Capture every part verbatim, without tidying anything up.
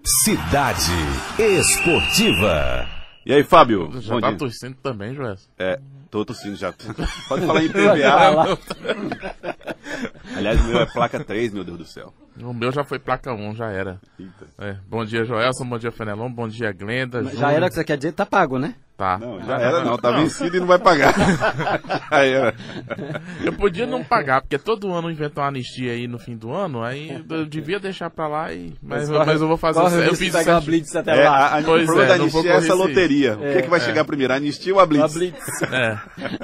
Cidade Esportiva. E aí, Fábio? Já bom tá dia. torcendo também, Joel? É, tô tossindo já. Pode falar em P V A. Aliás, o meu é placa três, meu Deus do céu. O meu já foi placa um, já era. Eita. É, bom dia, Joelson, bom dia, Fenelon, bom dia, Glenda. Já Júnior. era o que você quer dizer, tá pago, né? Tá. Não, já era não, tá vencido e não vai pagar. Já era. Eu podia não pagar, porque todo ano inventa uma anistia aí no fim do ano, aí eu devia deixar pra lá, e... mas, mas, corre, eu vou fazer... corre o eu risco de fiz pegar a certinho. Blitz até É, lá. a, a, o Pois problema é, da não vou anistia é essa correr esse- loteria. O que é que vai chegar primeiro, a anistia ou a Blitz? A Blitz. É.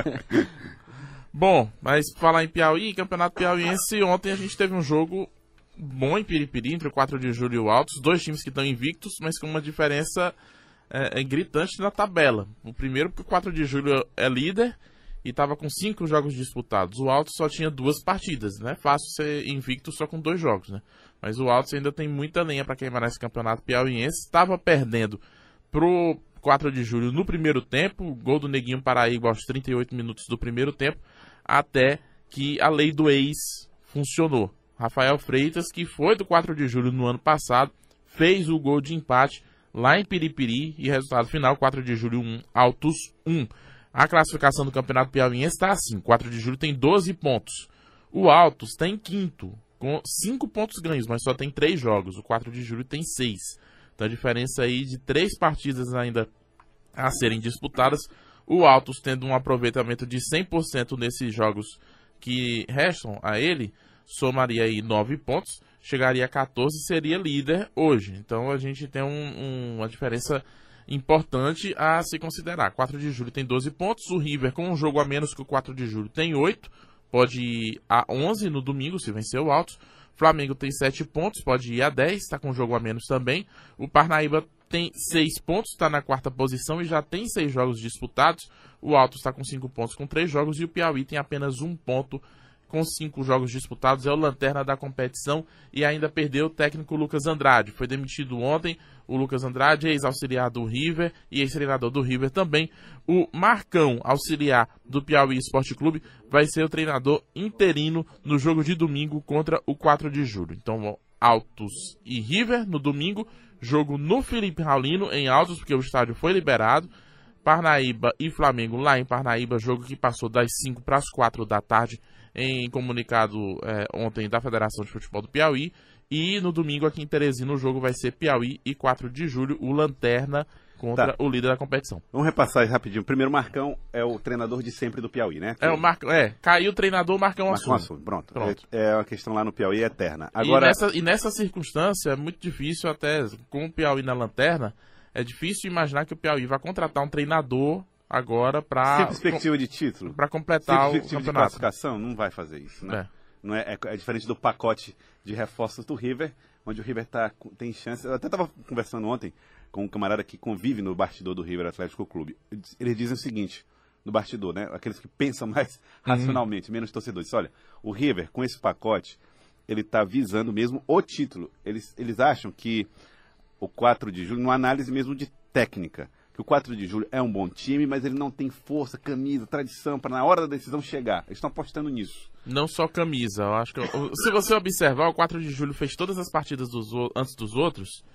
Bom, mas falar em Piauí, Campeonato Piauiense, ontem a gente teve um jogo bom em Piripiri, entre o quatro de julho e o Altos, dois times que estão invictos, mas com uma diferença é, é gritante na tabela. O primeiro, porque o quatro de julho é líder e estava com cinco jogos disputados. O Altos só tinha duas partidas, né? Fácil ser invicto só com dois jogos, né? Mas o Altos ainda tem muita lenha para queimar nesse Campeonato Piauiense. Estava perdendo pro quatro de julho no primeiro tempo, gol do Neguinho Paraíba aos trinta e oito minutos do primeiro tempo, até que a lei do ex funcionou. Rafael Freitas, que foi do quatro de julho no ano passado, fez o gol de empate lá em Piripiri e resultado final, quatro de julho um, Altos um. A classificação do Campeonato Piauiense está assim, quatro de julho tem doze pontos. O Altos está em quinto, com cinco pontos ganhos, mas só tem três jogos. O quatro de julho tem seis. Então a diferença aí de três partidas ainda a serem disputadas. O Altos tendo um aproveitamento de cem por cento nesses jogos que restam a ele, somaria aí nove pontos, chegaria a quatorze e seria líder hoje. Então a gente tem um, um, uma diferença importante a se considerar. quatro de julho tem doze pontos, o River com um jogo a menos que o quatro de julho tem oito, pode ir a onze no domingo se vencer o Altos. Flamengo tem sete pontos, pode ir a dez, está com um jogo a menos também. O Parnaíba tem seis pontos, está na quarta posição e já tem seis jogos disputados. O Altos está com cinco pontos com três jogos e o Piauí tem apenas um ponto com cinco jogos disputados. É o lanterna da competição e ainda perdeu o técnico Lucas Andrade. Foi demitido ontem o Lucas Andrade, ex-auxiliar do River e ex-treinador do River também. O Marcão, auxiliar do Piauí Esporte Clube, vai ser o treinador interino no jogo de domingo contra o quatro de julho. Então, Altos e River no domingo, jogo no Felipe Raulino em Altos, porque o estádio foi liberado. Parnaíba e Flamengo lá em Parnaíba, jogo que passou das cinco para as quatro da tarde, em comunicado é, ontem da Federação de Futebol do Piauí. E no domingo aqui em Teresina o jogo vai ser Piauí e quatro de julho, o lanterna contra Tá. o líder da competição. Vamos repassar rapidinho. Primeiro, Marcão é o treinador de sempre do Piauí, né? É, o Marcão, é, caiu o treinador, o Marcão Marcão assume. assume. Pronto. Pronto. É, é uma questão lá no Piauí eterna. Agora, E, nessa, e nessa circunstância é muito difícil até, com o Piauí na lanterna, é difícil imaginar que o Piauí vai contratar um treinador agora sem para perspectiva de título, para sem completar o perspectiva de campeonato. classificação, não vai fazer isso, né? É. Não é, é, é diferente do pacote de reforços do River, onde o River tá, tem chance. Eu até estava conversando ontem com um camarada que convive no bastidor do River Atlético Clube. Eles dizem o seguinte, no bastidor, né? Aqueles que pensam mais racionalmente, menos torcedores. Olha, o River, com esse pacote, ele está visando mesmo o título. Eles, eles acham que o quatro de julho, numa análise mesmo de técnica, que o quatro de julho é um bom time, mas ele não tem força, camisa, tradição para na hora da decisão chegar. Eles estão apostando nisso. Não só camisa, eu acho que... Se você observar, o quatro de julho fez todas as partidas dos, o- antes dos outros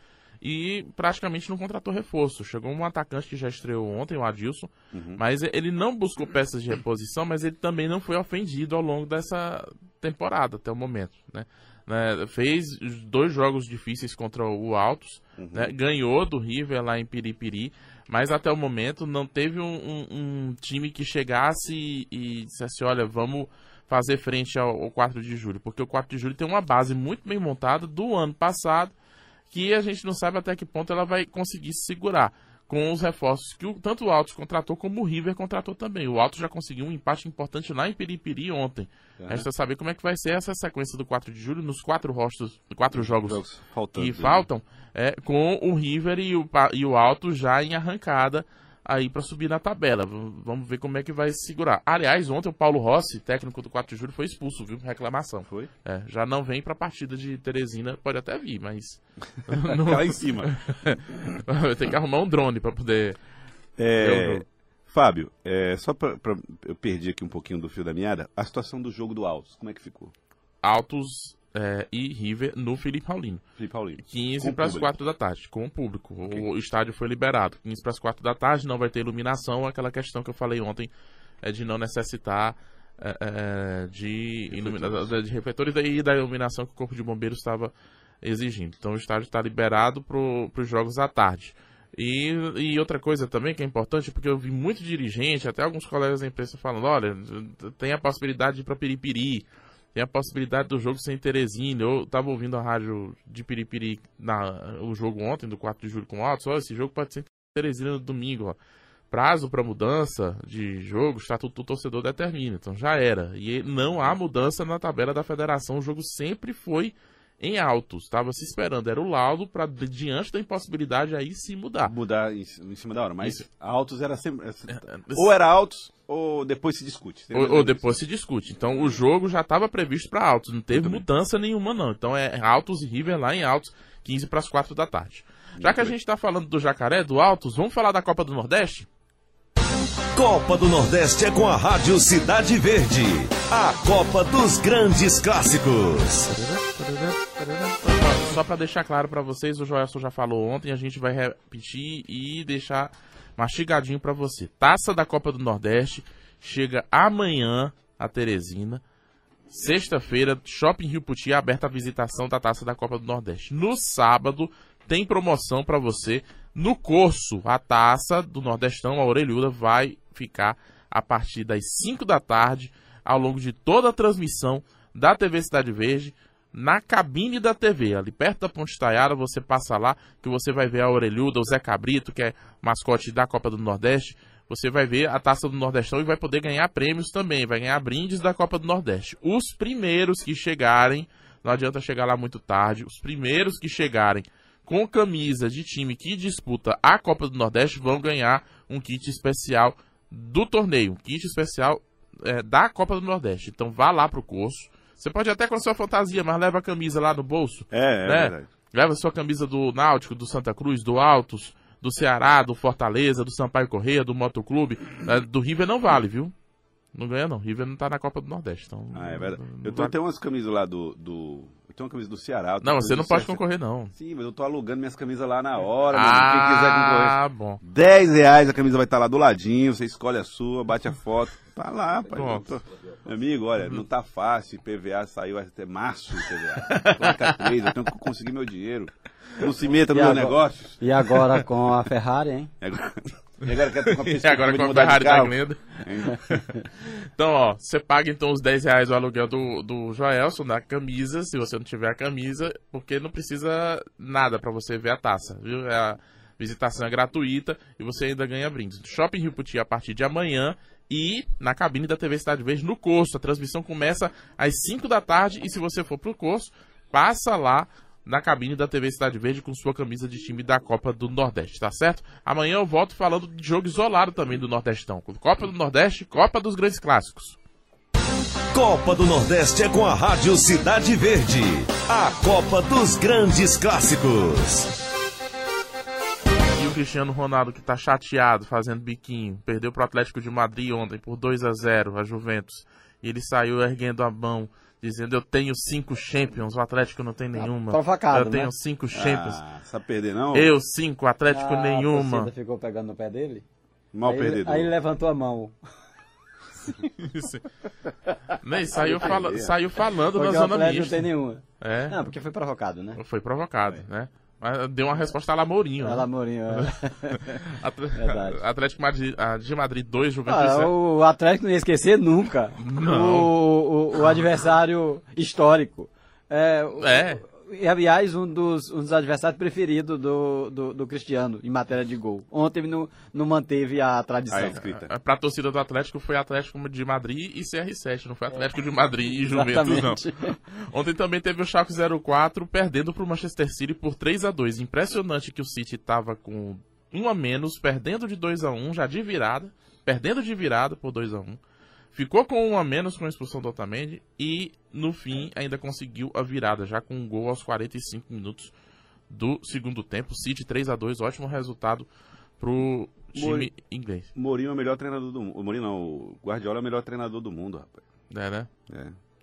e praticamente não contratou reforço. Chegou um atacante que já estreou ontem, o Adilson, Uhum. mas ele não buscou peças de reposição, mas ele também não foi ofendido ao longo dessa temporada, até o momento, né? Né, fez dois jogos difíceis contra o Altos, Uhum. né, ganhou do River lá em Piripiri, mas até o momento não teve um, um- um time que chegasse e, e dissesse, olha, vamos fazer frente ao, ao quatro de julho, porque o quatro de julho tem uma base muito bem montada do ano passado, que a gente não sabe até que ponto ela vai conseguir se segurar com os reforços que o, tanto o Altos contratou como o River contratou também. O Altos já conseguiu um empate importante lá em Piripiri ontem. Uhum. Resta saber como é que vai ser essa sequência do quatro de julho nos quatro rostos, quatro jogos, Jogos faltando, que né? faltam, é, com o River e o, Pa- e o Altos já em arrancada aí para subir na tabela. V- Vamos ver como é que vai se segurar. Aliás, ontem o Paulo Rossi, técnico do quatro de julho, foi expulso, viu? Reclamação. Foi? É, já não vem para a partida de Teresina, pode até vir, mas Fica lá em cima. tem que arrumar um drone para poder ver o É, jogo. Fábio, é, só para eu perdi aqui um pouquinho do fio da meada, a situação do jogo do Altos, como é que ficou? Altos é, e River no Felipe Paulino. Felipe Paulino. quinze para as quatro da tarde, com o público. Okay. O estádio foi liberado. quinze para as quatro da tarde, não vai ter iluminação, aquela questão que eu falei ontem, é de não necessitar é, é, de, ilumina... de refletores e da iluminação que o Corpo de Bombeiros estava exigindo. Então o estádio está liberado para os jogos à tarde. E, e outra coisa também que é importante, porque eu vi muito dirigente, até alguns colegas da imprensa falando, olha, tem a possibilidade de ir para Piripiri, tem a possibilidade do jogo ser em Teresina. Eu estava ouvindo a rádio de Piripiri, na, o jogo ontem, do quatro de julho com o Altos, olha, esse jogo pode ser em Teresina no domingo, ó. Prazo para mudança de jogo, o Estatuto do Torcedor determina, então já era. E não há mudança na tabela da federação, o jogo sempre foi em Altos, estava se esperando, era o laudo para diante da impossibilidade aí se mudar. Mudar em, em cima da hora, mas Isso. Altos era sempre... Ou era Altos, ou depois se discute. Ou, ou depois se discute. Então o jogo já estava previsto para Altos, não teve Muito mudança bem. nenhuma não. Então é Altos e River lá em Altos, quinze para as quatro da tarde. Já Muito que a bem. gente está falando do Jacaré, do Altos, vamos falar da Copa do Nordeste? Copa do Nordeste é com a Rádio Cidade Verde, a Copa dos grandes clássicos. Só para deixar claro para vocês, o Joelson já falou ontem, a gente vai repetir e deixar mastigadinho para você. Taça da Copa do Nordeste chega amanhã a Teresina. Sexta-feira, Shopping Rio Puti, aberta a visitação da Taça da Copa do Nordeste. No sábado, tem promoção para você. No Corso, a Taça do Nordestão, a Orelhuda, vai ficar a partir das cinco da tarde, ao longo de toda a transmissão da T V Cidade Verde, na cabine da T V, ali perto da Ponte Taiara. Você passa lá, que você vai ver a Orelhuda, o Zé Cabrito, que é mascote da Copa do Nordeste. Você vai ver a Taça do Nordestão e vai poder ganhar prêmios também, vai ganhar brindes da Copa do Nordeste. Os primeiros que chegarem, não adianta chegar lá muito tarde, os primeiros que chegarem com camisa de time que disputa a Copa do Nordeste vão ganhar um kit especial do torneio, um kit especial é, da Copa do Nordeste. Então vá lá pro curso. Você pode até com a sua fantasia, mas leva a camisa lá no bolso. É, é né? verdade. Leva a sua camisa do Náutico, do Santa Cruz, do Altos, do Ceará, do Fortaleza, do Sampaio Corrêa, do Motoclube. É, do River não vale, viu? Não ganha não, River não tá na Copa do Nordeste. Então, ah, é verdade. Não, eu tô, tenho umas camisas lá do... do... Eu tenho uma camisa do Ceará. Não, você não pode concorrer, não. Sim, mas eu tô alugando minhas camisas lá na hora. Ah, mano. Quem quiser concorrer. Ah, bom. dez reais, a camisa vai estar lá do ladinho, você escolhe a sua, bate a foto. Tá lá, pai. Tô... Meu amigo, olha, não tá fácil. P V A saiu até março, P V A. três, eu tenho que conseguir meu dinheiro. Não se meta no meu negócio. E agora com a Ferrari, hein? E agora, e agora quer ter uma E agora com a Ferrari da Glenda. Então, ó, você paga então os dez reais o aluguel do, do Joelson na camisa, se você não tiver a camisa, porque não precisa nada pra você ver a taça, viu? É a visitação é gratuita e você ainda ganha brindes. Shopping Rio Puti a partir de amanhã e na cabine da T V Cidade Verde no Corso. A transmissão começa às cinco da tarde e se você for pro Corso, passa lá na cabine da T V Cidade Verde com sua camisa de time da Copa do Nordeste, tá certo? Amanhã eu volto falando de jogo isolado também do Nordestão. Copa do Nordeste, Copa dos Grandes Clássicos. Copa do Nordeste é com a Rádio Cidade Verde, a Copa dos grandes clássicos. E o Cristiano Ronaldo, que tá chateado, fazendo biquinho, perdeu pro Atlético de Madrid ontem por dois a zero, a Juventus. E ele saiu erguendo a mão, dizendo, eu tenho cinco Champions, o Atlético não tem nenhuma. Provocado, eu tenho né? cinco Champions. Ah, sabe perder não? Eu cinco, o Atlético Ah, nenhuma. A torcida ficou pegando no pé dele. Mal aí, perdedor. Aí ele levantou a mão. Nem saiu, fala, saiu falando Porque na o zona Atlético mista. não tem nenhuma. É, Não, porque foi provocado, né? foi provocado, né? Mas deu uma resposta a la Mourinho. Ela Né? Mourinho. É. Atle- Verdade. Atlético Madrid- ah, de Madrid dois, Juventus Ah, zero. o Atlético não ia esquecer nunca Não. o, o, o adversário histórico. É, o- É. E, aliás, um dos, um dos adversários preferidos do, do, do Cristiano em matéria de gol. Ontem ele não, não manteve a tradição. Ah, é escrita. É, Pra torcida do Atlético foi Atlético de Madrid e C R sete, não foi Atlético de Madrid e Juventus, não. Exatamente. Ontem também teve o Schalke zero quatro perdendo pro Manchester City por três a dois. Impressionante que o City estava com um a menos, perdendo de dois a um, já de virada, perdendo de virada por dois a um. Ficou com um a menos com a expulsão do Otamendi e, no fim, ainda conseguiu a virada, já com um gol aos quarenta e cinco minutos do segundo tempo. City três a dois, ótimo resultado pro time Mourinho- inglês. Mourinho é o melhor treinador do mundo. O Mourinho não, o Guardiola é o melhor treinador do mundo, rapaz. É, né? É.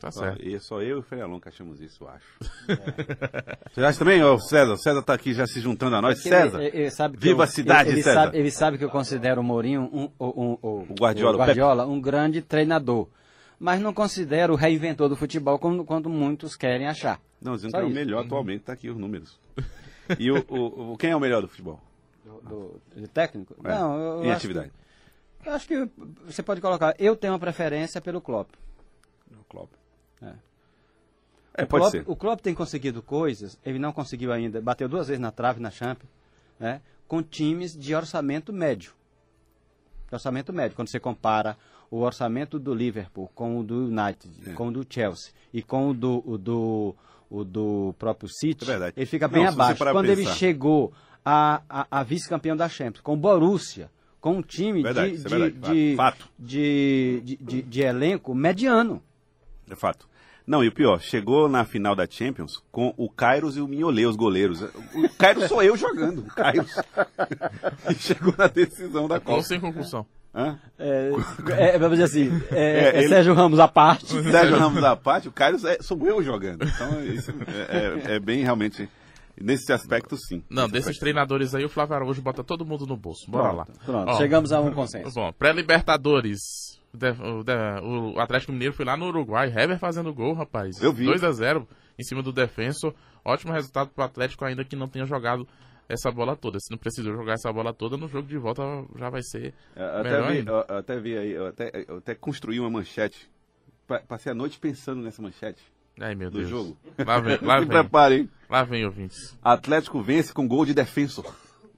Tá Só, certo. e só eu e o Fenelon que achamos isso, eu acho. É. Você acha também, ô César? O César tá aqui já se juntando a nós. Porque César, ele- ele sabe que viva eu- a cidade, ele, ele César. Sabe, ele sabe que eu considero o Mourinho um, um, um, um- O Guardiola, o Guardiola um grande treinador. Mas não considero o reinventor do futebol como, quando muitos querem achar. Não, dizendo Só que é o isso. melhor atualmente, tá aqui os números. E o, o, o- quem é o melhor do futebol? Do, do técnico? É, Não, eu, em eu acho atividade. que- eu acho que você pode colocar. Eu tenho uma preferência pelo Klopp. O Klopp. É. É, O pode Klopp, ser. o Klopp tem conseguido coisas, ele não conseguiu ainda, bateu duas vezes na trave na Champions, né, com times de orçamento médio. Orçamento médio, quando você compara o orçamento do Liverpool com o do United, É. com o do Chelsea e com o do, o do, o do próprio City, É verdade. ele fica Não, bem se você abaixo. parar pra Quando ele pensar. chegou a, a, a vice-campeão da Champions, com o Borussia, com um time Verdade, de, isso é de, verdade. de, Fato. de, de, de- de elenco mediano. É fato. Não, e o pior, chegou na final da Champions com o Kairos e o Mignolet, os goleiros. O Kairos sou eu jogando, o Kairos. E chegou na decisão da Com ou Copa. sem concussão? Hã? É, é, vamos dizer assim, é, É, é ele- Sérgio Ramos à parte. Sérgio Ramos da parte, o Kairos é, sou eu jogando. Então, isso é, é- é bem realmente, nesse aspecto, sim. Não, Nesse desses aspecto. treinadores aí, o Flávio Araújo bota todo mundo no bolso. Bora lá. Pronto, Ó, chegamos a um consenso. Bom, pré-Libertadores. O, de- o de- o Atlético Mineiro foi lá no Uruguai. Hever fazendo gol, rapaz. Eu vi. dois a zero em cima do Defensor. Ótimo resultado pro Atlético, ainda que não tenha jogado essa bola toda. Se não precisou jogar essa bola toda, no jogo de volta já vai ser Eu melhor até vi, ainda. eu, eu até vi aí, eu até, eu até construí uma manchete. Pa- Passei a noite pensando nessa manchete Ai, meu do Deus. jogo. Lá vem, lá Se vem. prepare, hein? Lá vem, ouvintes. Atlético vence com gol de Defensor.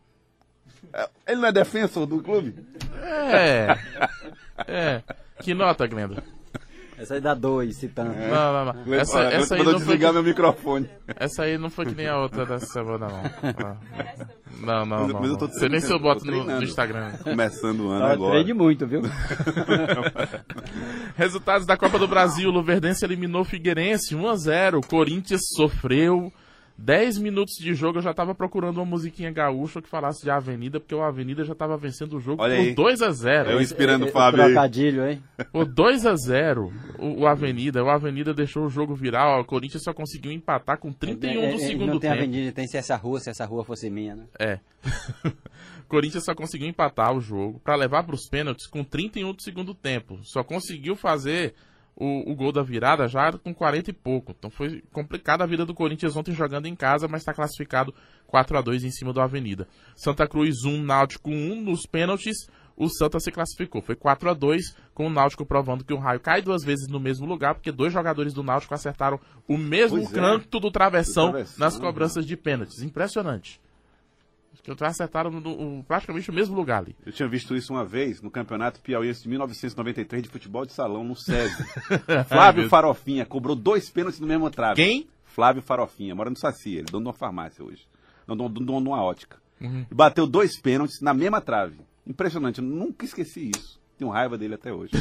É, Ele não é defensor do clube? É. É. Que nota, Glenda? Essa aí dá dois, citando. Não, não, não. Essa, Olha, essa, aí mandou não foi desligar que, meu microfone. essa aí não foi que nem a outra dessa semana, não. Ah. Não, não, Mas- não. mas eu tô não. Você nem se eu treinando, boto tô no, no treinando. Instagram. Começando o ano Tava agora. treine muito, viu? Resultados da Copa do Brasil. Luverdense eliminou o Figueirense um a zero. Corinthians sofreu. dez minutos de jogo eu já tava procurando uma musiquinha gaúcha que falasse de Avenida, porque o Avenida já tava vencendo o jogo Olha por aí. dois a zero. Eu inspirando o É, é, Fábio aí. Trocadilho, hein? Por dois a zero o, o Avenida. O Avenida deixou o jogo virar. O Corinthians só conseguiu empatar com trinta e um É, do é, segundo não tem tempo. avenida, tem se essa rua, se essa rua fosse minha, né? É. Corinthians só conseguiu empatar o jogo para levar para os pênaltis com trinta e um do segundo tempo. Só conseguiu fazer o, o gol da virada já com quarenta e pouco. Então foi complicada a vida do Corinthians ontem jogando em casa, mas está classificado quatro a dois em cima do Avenida. Santa Cruz um, Náutico um nos pênaltis. O Santa se classificou. Foi quatro a dois, com o Náutico provando que o raio cai duas vezes no mesmo lugar, porque dois jogadores do Náutico acertaram o mesmo Pois é. canto do travessão, Do travessão, nas cobranças de pênaltis. Impressionante. Que outros acertaram no, no, praticamente o mesmo lugar ali. Eu tinha visto isso uma vez no Campeonato Piauiense de mil novecentos e noventa e três de futebol de salão, no SESI. Flávio Ai, Farofinha cobrou dois pênaltis no mesmo trave. Quem? Flávio Farofinha, mora no Saci, ele é dono de uma farmácia hoje. Não, dono, dono de uma ótica. Uhum. E bateu dois pênaltis na mesma trave. Impressionante, eu nunca esqueci isso. Tenho raiva dele até hoje.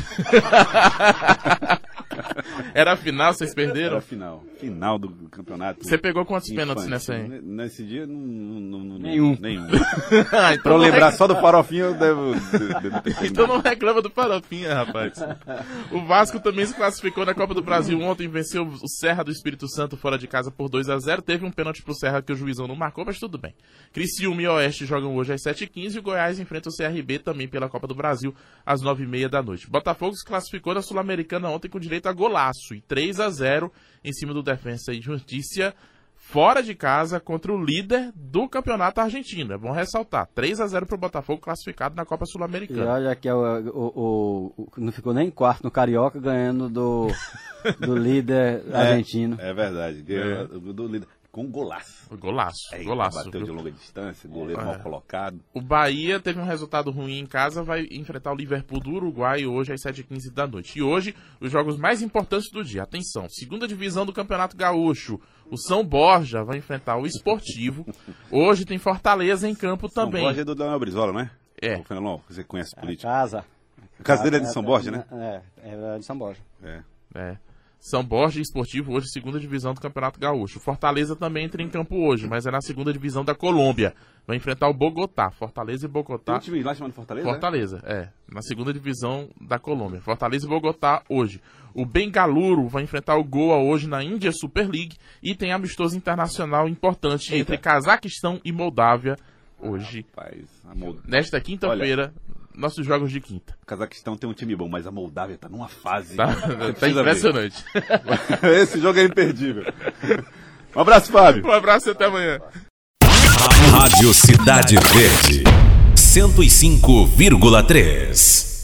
Era a final, vocês Era perderam? a final. Final do campeonato. Você pegou quantos Infantil. pênaltis nessa aí? N- Nesse dia, não, não, não, Nenhum. Nenhum. Ah, então Pra eu não lembrar rec- só do Farofinha, eu devo, devo ter Então terminado. não reclama do Farofinha, rapaz. O Vasco também se classificou na Copa do Brasil ontem, venceu o Serra do Espírito Santo fora de casa por dois a zero. Teve um pênalti pro Serra que o juizão não marcou, mas tudo bem. Criciúma e Oeste jogam hoje às sete e quinze e o Goiás enfrenta o C R B também pela Copa do Brasil às nove e meia da noite. Botafogo se classificou na Sul-Americana ontem com direito a golaço e três a zero em cima do Defensa e Justiça fora de casa contra o líder do campeonato argentino. É bom ressaltar. três a zero pro Botafogo classificado na Copa E Sul-Americana. olha que é o, o, o- o- não ficou nem em quarto no Carioca, ganhando do, do líder argentino. É verdade. Ganhou do- do líder. Com golaço. Golaço, É, golaço. bateu viu? de longa distância, goleiro É. mal colocado. O Bahia teve um resultado ruim em casa, vai enfrentar o Liverpool do Uruguai hoje às sete e quinze da noite. E hoje, os jogos mais importantes do dia. Atenção, segunda divisão do Campeonato Gaúcho. O São Borja vai enfrentar o Esportivo. Hoje tem Fortaleza em campo São também. Borja é do Daniel Brizola, né? É. Ô, Fenelon, você conhece A política. casa. A casa dele é de São Borja, né? É, é de São Borja. É. É. São Borja e Esportivo hoje, segunda divisão do Campeonato Gaúcho. Fortaleza também entra em campo hoje, mas é na segunda divisão da Colômbia. vai enfrentar o Bogotá. Fortaleza e Bogotá. Tem um time lá chamado Fortaleza? Fortaleza, é? é. Na segunda divisão da Colômbia. Fortaleza e Bogotá hoje. O Bengaluru vai enfrentar o Goa hoje na India Super League. E tem amistoso internacional importante Eita. entre Cazaquistão e Moldávia hoje. Rapaz, a Mold... Nesta quinta-feira, nossos jogos de quinta. O Cazaquistão tem um time bom, mas a Moldávia tá numa fase... Tá, tá impressionante. Esse jogo é imperdível. Um abraço, Fábio. Um abraço e até amanhã. Rádio Cidade Verde, cento e cinco vírgula três.